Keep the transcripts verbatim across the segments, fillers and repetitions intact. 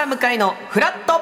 ー向井のフラット。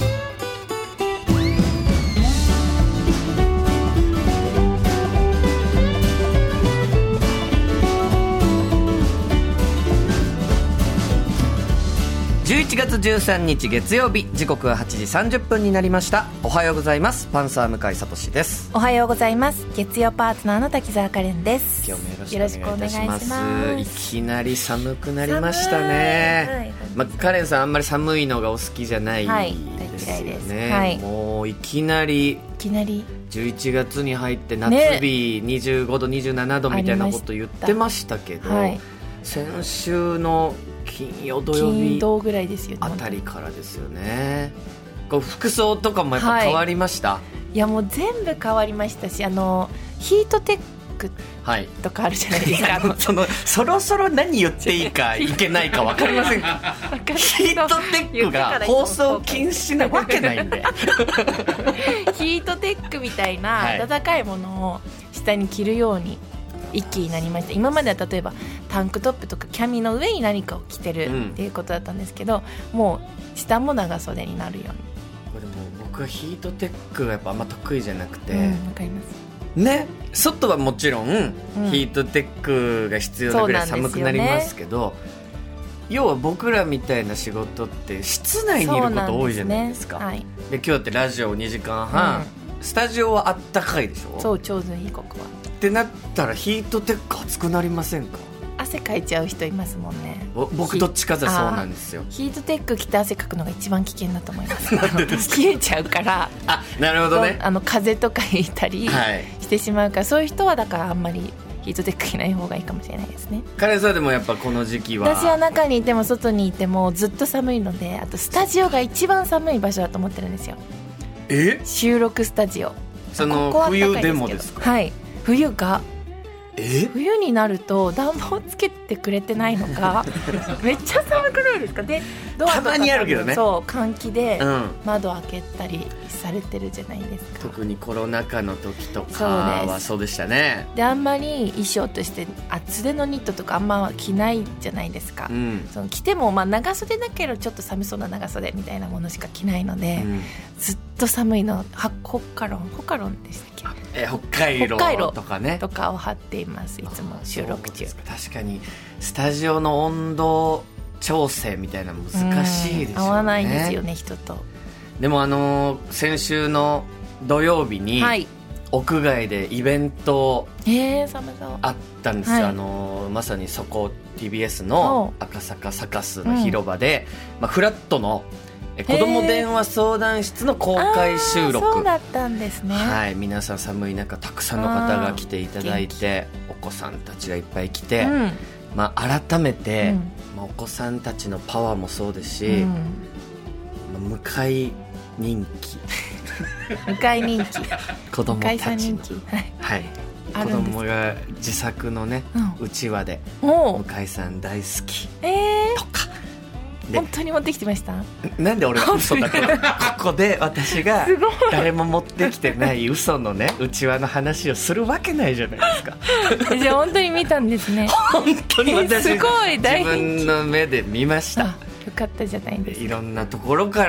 じゅういちがつじゅうさんにち月曜日、時刻ははちじさんじゅっぷんになりました。おはようございます。パンサー向井聡です。 おはようございます。月曜パートナーの滝沢カレンです。 今日もよろしくお願いいたします。いきなり寒くなりましたね、まあ、カレンさんあんまり寒いのがお好きじゃないですよね、はいはい、もういきなりいきなりじゅういちがつに入って夏日、ね、にじゅうごどにじゅうななどみたいなこと言ってましたけど、はい、先週の金曜土曜日ぐらいですよね、 あたりからですよね。こう服装とかもやっぱ変わりました、はい、いやもう全部変わりましたし、あのヒートテックとかあるじゃないですか、はい、 そのそろそろ何言っていいかいけないか分かりませんかヒートテックが放送禁止なわけないんでヒートテックみたいな暖かいものを下に着るように一気になりました。今までは例えばタンクトップとかキャミの上に何かを着てるっていうことだったんですけど、うん、もう下も長袖になるように。 これも僕はヒートテックがやっぱあんま得意じゃなくて、うん、 わかりますね、外はもちろん、うん、ヒートテックが必要なぐらい寒くなりますけど、要は僕らみたいな仕事って室内にいること多いじゃないですか。で、ね、はい、で今日ってラジオにじかんはん、うん、スタジオはあったかいでしょ。 そう、ちょうどいいここはってなったらヒートテック熱くなりませんか？ 汗かいちゃう人いますもんね。 僕どっちかじゃそうなんですよ。 ヒートテック着て汗かくのが一番危険だと思いますなんでですか？ 冷えちゃうから。 あ、なるほどね。 あの風邪とかひいたりしてしまうから、はい、そういう人はだからあんまりヒートテック着ない方がいいかもしれないですね。 カレンさんでもやっぱこの時期は。 私は中にいても外にいてもずっと寒いので、あとスタジオが一番寒い場所だと思ってるんですよ。 え？ 収録スタジオ。 そのここ冬でもですか？ はい、冬がえ冬になると暖房つけてくれてないのかめっちゃ寒くないですか？でドアとかたまにあるけどね、 そう換気で窓開けたりされてるじゃないですか、 うん、特にコロナ禍の時とかはそうでしたね。 であんまり衣装として厚手のニットとかあんま着ないじゃないですか、うん、その着てもまあ長袖だけどちょっと寒そうな長袖みたいなものしか着ないので、うん、ずっと寒いの。ホッカロンホカロンでしたっけ？ え北海道とかねとかを貼っています。いつも収録中。 確かにスタジオの温度調整みたいなの難しいですよね。 合わないですよね、人と。 でもあのー、先週の土曜日に、はい、屋外でイベントあったんですよ、はい、あのー、まさにそこ ティービーエス の赤坂サカスの広場で、うん、まあ、フラットの子ども電話相談室の公開収録。 そうだったんですね、 はい、皆さん寒い中たくさんの方が来ていただいて、お子さんたちがいっぱい来て、うん、まあ、改めて、うん、まあ、お子さんたちのパワーもそうですし、うん、まあ、向井人気向井人気子どもたちの人気、はい、 はい、子どもが自作のねうちわで向井さん大好きとか、 本当に持ってきてました？ なんで俺が嘘だけどここで私が誰も持ってきてない嘘のねうちわの話をするわけないじゃないですか。 じゃあ本当に見たんですね。 本当に私すごい大自分の目で見ました。 よかったじゃないですか。 いろんなところから、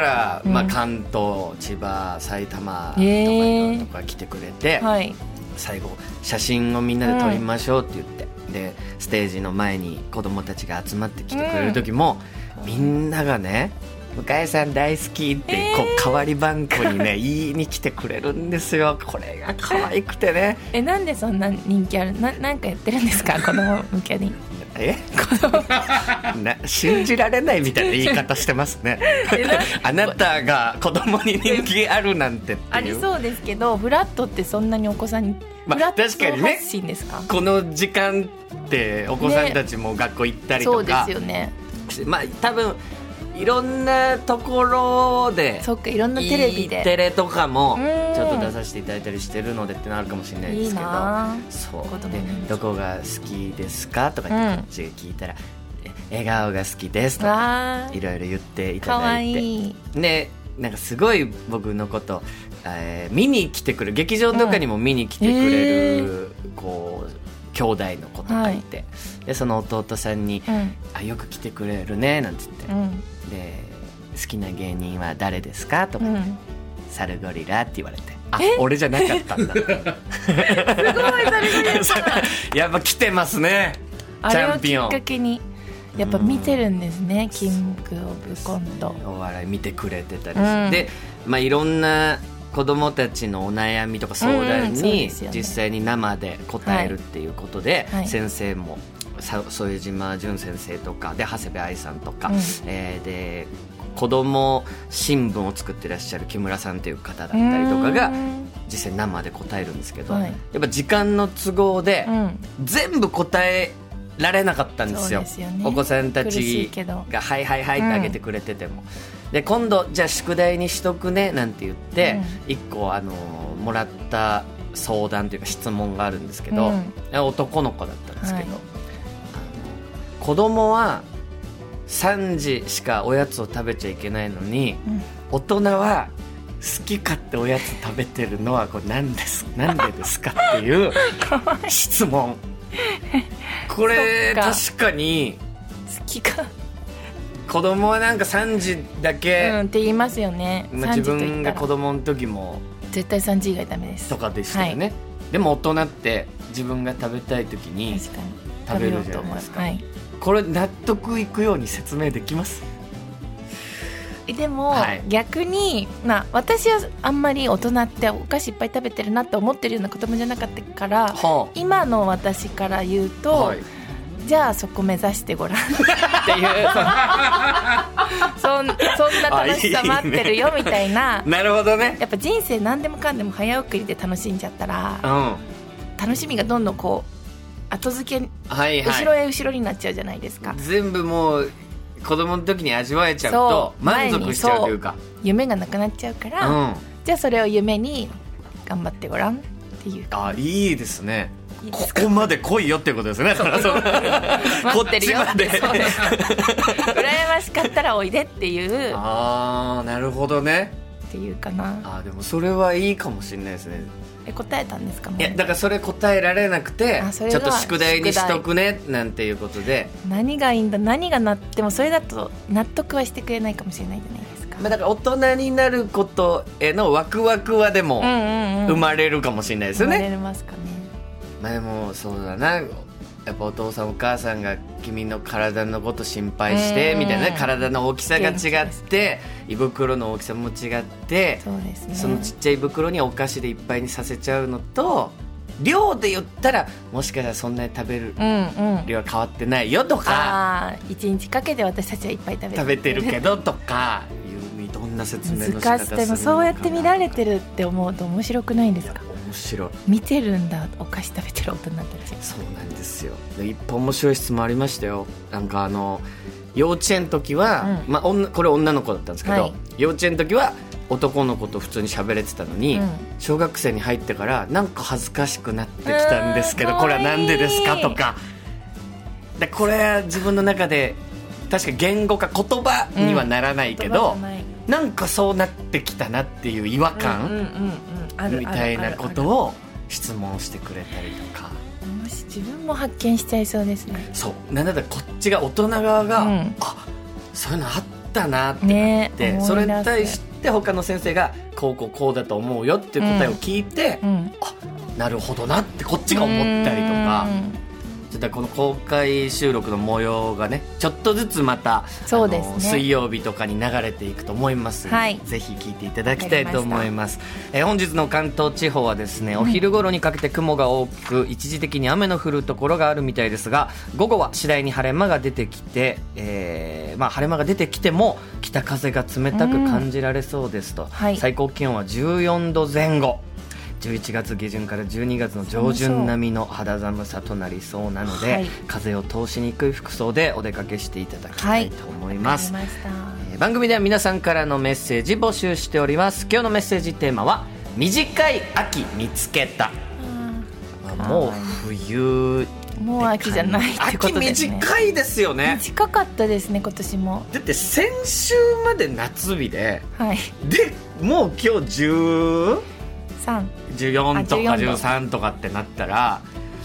うん、まあ、関東、千葉、埼玉とかいろんなところ来てくれて、えーはい、最後写真をみんなで撮りましょうって言って、うん、でステージの前に子どもたちが集まってきてくれる時も、うん、みんながね向井さん大好きってこう代わり番号にね言いに来てくれるんですよ。これが可愛くてね。 え、なんでそんな人気ある？な、なんかやってるんですか子供向けに。 えな信じられないみたいな言い方してますねあなたが子供に人気あるなんてっていう。 ありそうですけど、フラットってそんなにお子さんに、 まあ、確かにね、 発信ですか？ この時間ってお子さんたちも学校行ったりとか、 ね、そうですよね。 まあ多分いろんなところで、 そっか、いろんなテレビで E テレとかもちょっと出させていただいたりしてるのでってなるかもしれないですけど、いいな、そうで、どこが好きですかとかってこっちが聞いたら、うん、笑顔が好きですとかいろいろ言っていただいて、いいね、なんかすごい僕のこと、えー、見に来てくる、劇場とかにも見に来てくれる、うん、こう兄弟の子とかいて、はい、でその弟さんに、うん、あよく来てくれるねなんつって、うん、で好きな芸人は誰ですかとか、うん、サルゴリラって言われて、あ、俺じゃなかったんだすごいサルゴリラさんやっぱ来てますね。チャンピオンあれをきっかけにやっぱ見てるんですね、うん、キングオブコントお笑い見てくれてたりして、うん、で、まあ、いろんな子どもたちのお悩みとか相談に実際に生で答えるっていうことで、はいはい、先生も副島淳先生とかで長谷部愛さんとか、うん、えー、で子ども新聞を作ってらっしゃる木村さんという方だったりとかが実際生で答えるんですけど、はい、やっぱ時間の都合で全部答えられなかったんですよ、ですよね、お子さんたちがはいはいはいってあげてくれてても、うん、で今度じゃあ宿題にしとくねなんて言っていっこあのもらった相談というか質問があるんですけど、うん、男の子だったんですけど、はい、あの子供はさんじしかおやつを食べちゃいけないのに、うん、大人は好き勝手おやつ食べてるのはこれ何ですなんでですかっていう質問これ確かに好きか子供はなんかさんじだけ、 うん、って言いますよね、 まあ、自分が子供の時も絶対さんじ以外ダメですとかでしたよね、はい、でも大人って自分が食べたい時に食べるじゃないですか、はい、これ納得いくように説明できます？ でも、はい、逆に、まあ、私はあんまり大人ってお菓子いっぱい食べてるなって思ってるような子供じゃなかったから、はあ、今の私から言うと、はい、じゃあそこ目指してごらんっていうそ, んそんな楽しさ待ってるよみたいななるほどね。 やっぱ人生何でもかんでも早送りで楽しんじゃったら、うん、楽しみがどんどんこう後付け、はいはい、後ろへ後ろになっちゃうじゃないですか。 全部もう子供の時に味わえちゃうと満足しちゃうというか夢がなくなっちゃうから、うん、じゃあそれを夢に頑張ってごらんっていう。 あ、いいですね。いいですここまで来いよっていうことですね。 そうそう待ってるよってそう羨ましかったらおいでっていうあーなるほどねっていうかな。 あでもそれはいいかもしれないですね。 え答えたんですか？ いやだからそれ答えられなくてちょっと宿題にしとくねなんていうことで何がいいんだ何がなってもそれだと納得はしてくれないかもしれないじゃないですか。 まあ、だから大人になることへのワクワクはでも生まれるかもしれないですよね、 うんうんうん、生まれますかね。 まあでもそうだな、やっぱお父さんお母さんが君の体のこと心配してみたいな、体の大きさが違って胃袋の大きさも違ってそうですね、 そのちっちゃい袋にお菓子でいっぱいにさせちゃうのと量で言ったらもしかしたらそんなに食べる量は変わってないよとか、 うんうん、あいちにちかけて私たちはいっぱい食べてる食べてるけどとかいうどんな説明の仕方するのかな。難しい。でもそうやって見られてるって思うと面白くないんですか？ 面白い。 見てるんだお菓子食べてる大人たち。 そうなんですよ。いっぱい面白い質問ありましたよ。なんかあの幼稚園の時は、うんまあ、これ女の子だったんですけど、はい、幼稚園の時は男の子と普通に喋れてたのに、うん、小学生に入ってからなんか恥ずかしくなってきたんですけどこれはなんでですかとかでこれは自分の中で確か言語化言葉にはならないけど、うん、な, なんかそうなってきたなっていう違和感みたいなことを質問してくれたりとか。 もし自分も発見しちゃいそうですね。 そうなんだったらこっちが大人側が、うん、あそういうのあったなってなって、ね、それに対して他の先生がこうこうこうだと思うよっていう答えを聞いて、うんうん、あなるほどなってこっちが思ったりとか、ちょっとこの公開収録の模様がねちょっとずつまたそうです、ね、 水曜日とかに流れていくと思いますので、はい、ぜひ聞いていただきたいと思います。えー、本日の関東地方はですね、お昼頃にかけて雲が多く一時的に雨の降るところがあるみたいですが、午後は次第に晴れ間が出てきて、えーまあ、晴れ間が出てきても北風が冷たく感じられそうですと、はい、最高気温はじゅうよんどぜん後、じゅういちがつ下旬からじゅうにがつの上旬並みの肌寒さとなりそうなので、はい、風を通しにくい服装でお出かけしていただきたいと思います。はい、えー、番組では皆さんからのメッセージ募集しております。今日のメッセージテーマは短い秋見つけた。まあ、もう冬もう秋じゃないってことですね。 秋短いですよね。 短かったですね今年も。 だって先週まで夏日で、 はい、 でもう今日じゅうさんじゅうよんとかじゅうさんとかってなったら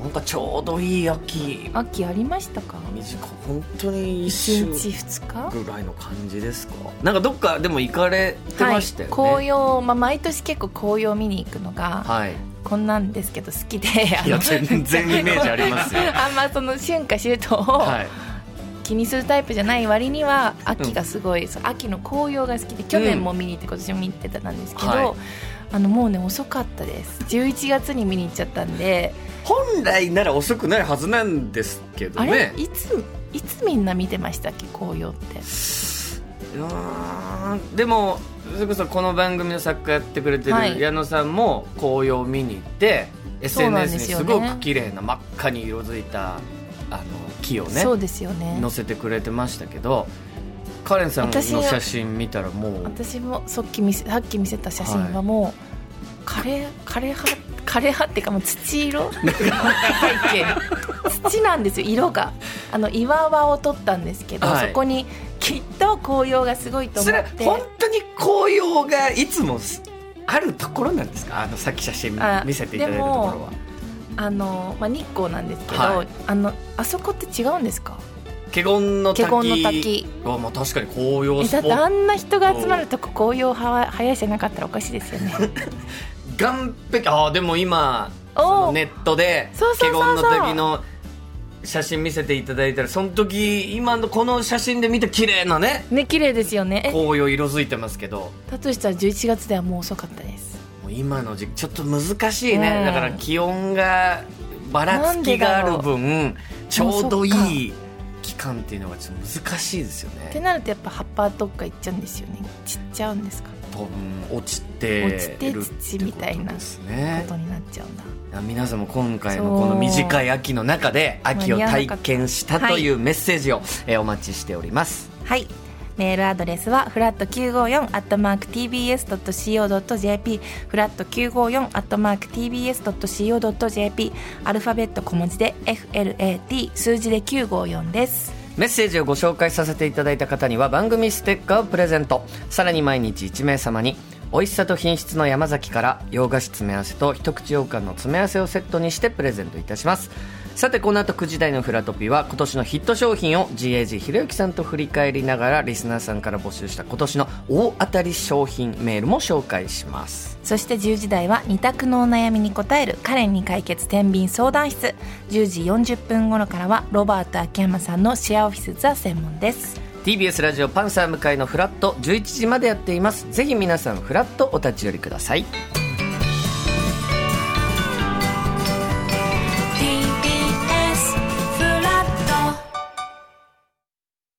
なんかちょうどいい秋秋ありましたか？ 短本当に一週いちにちふつかぐらいの感じですか？なんかどっかでも行かれてましたよね、 はい、紅葉、まあ、毎年結構紅葉見に行くのが、 はい、 こんなんですけど好きでいや全然イメージありますよあんまその春夏秋冬を、はい、気にするタイプじゃない割には秋がすごい、うん、秋の紅葉が好きで去年も見に行って今年も見に行ってたんですけど、うんはい、あのもうね遅かったです。じゅういちがつに見に行っちゃったんで、 本来なら遅くないはずなんですけどね。 あれいついつみんな見てましたっけ紅葉って。 いやでもそれこそこの番組の作家やってくれてる矢野さんも紅葉を見に行って、はい、エスエヌエス にすごく綺麗な真っ赤に色づいたあの木をね、 そうですよね、 載せてくれてましたけど、カレンさんの写真見たらもう私もさっき見せ、さっき見せた写真はもう、はい、枯れ枯れ葉枯れ葉っていうかもう土色背景土なんですよ。色があの岩場を撮ったんですけど、はい、そこにきっと紅葉がすごいと思って。 それ本当に紅葉がいつもあるところなんですか？あのさっき写真見せていただいたところはあの、まあ、日光なんですけど、はい、あのあそこって違うんですか？ 華厳の滝華厳の滝は、まあ、確かに紅葉スポット。 だってあんな人が集まるとこ紅葉早いじゃなかったらおかしいですよね岸壁、あでも今そのネットで華厳の滝の写真見せていただいたら、その時今のこの写真で見た綺麗なねね綺麗ですよね。 紅葉色づいてますけど、 だとしたらじゅういちがつではもう遅かったです。 もう今の時期ちょっと難しいね、うん、だから気温がばらつきがある分ちょうどいい期間っていうのがちょっと難しいですよね。 ってなるとやっぱ葉っぱどっか行っちゃうんですよね。散っちゃうんですか？ 多分落ちて落ちて土みたいなことになっちゃうんだ。 皆さんも今回のこの短い秋の中で秋を体験したというメッセージを、はいえー、お待ちしております。 はい、メールアドレスはフラットきゅうごよんアットマーク ティービーエスドットシーオードットジェーピー フラットきゅうごよんアットマーク ティービーエスドットシーオードットジェーピー アルファベット小文字で エフエルエーティー 数字できゅうごよんです。 メッセージをご紹介させていただいた方には番組ステッカーをプレゼント。さらに毎日いち名様に美味しさと品質の山崎から洋菓子詰め合わせと一口羊羹の詰め合わせをセットにしてプレゼントいたします。さてこの後くじ台のフラトピは今年のヒット商品を ジーエージー ひろゆきさんと振り返りながらリスナーさんから募集した今年の大当たり商品メールも紹介します。 そしてじゅうじ台はに択のお悩みに答えるカレンに解決天秤相談室。じゅうじよんじゅっぷん頃からはロバート秋山さんのシェアオフィスザ専門です。 ティービーエス ラジオパンサー向かいのフラットじゅういちじまでやっています。ぜひ皆さんフラットお立ち寄りください。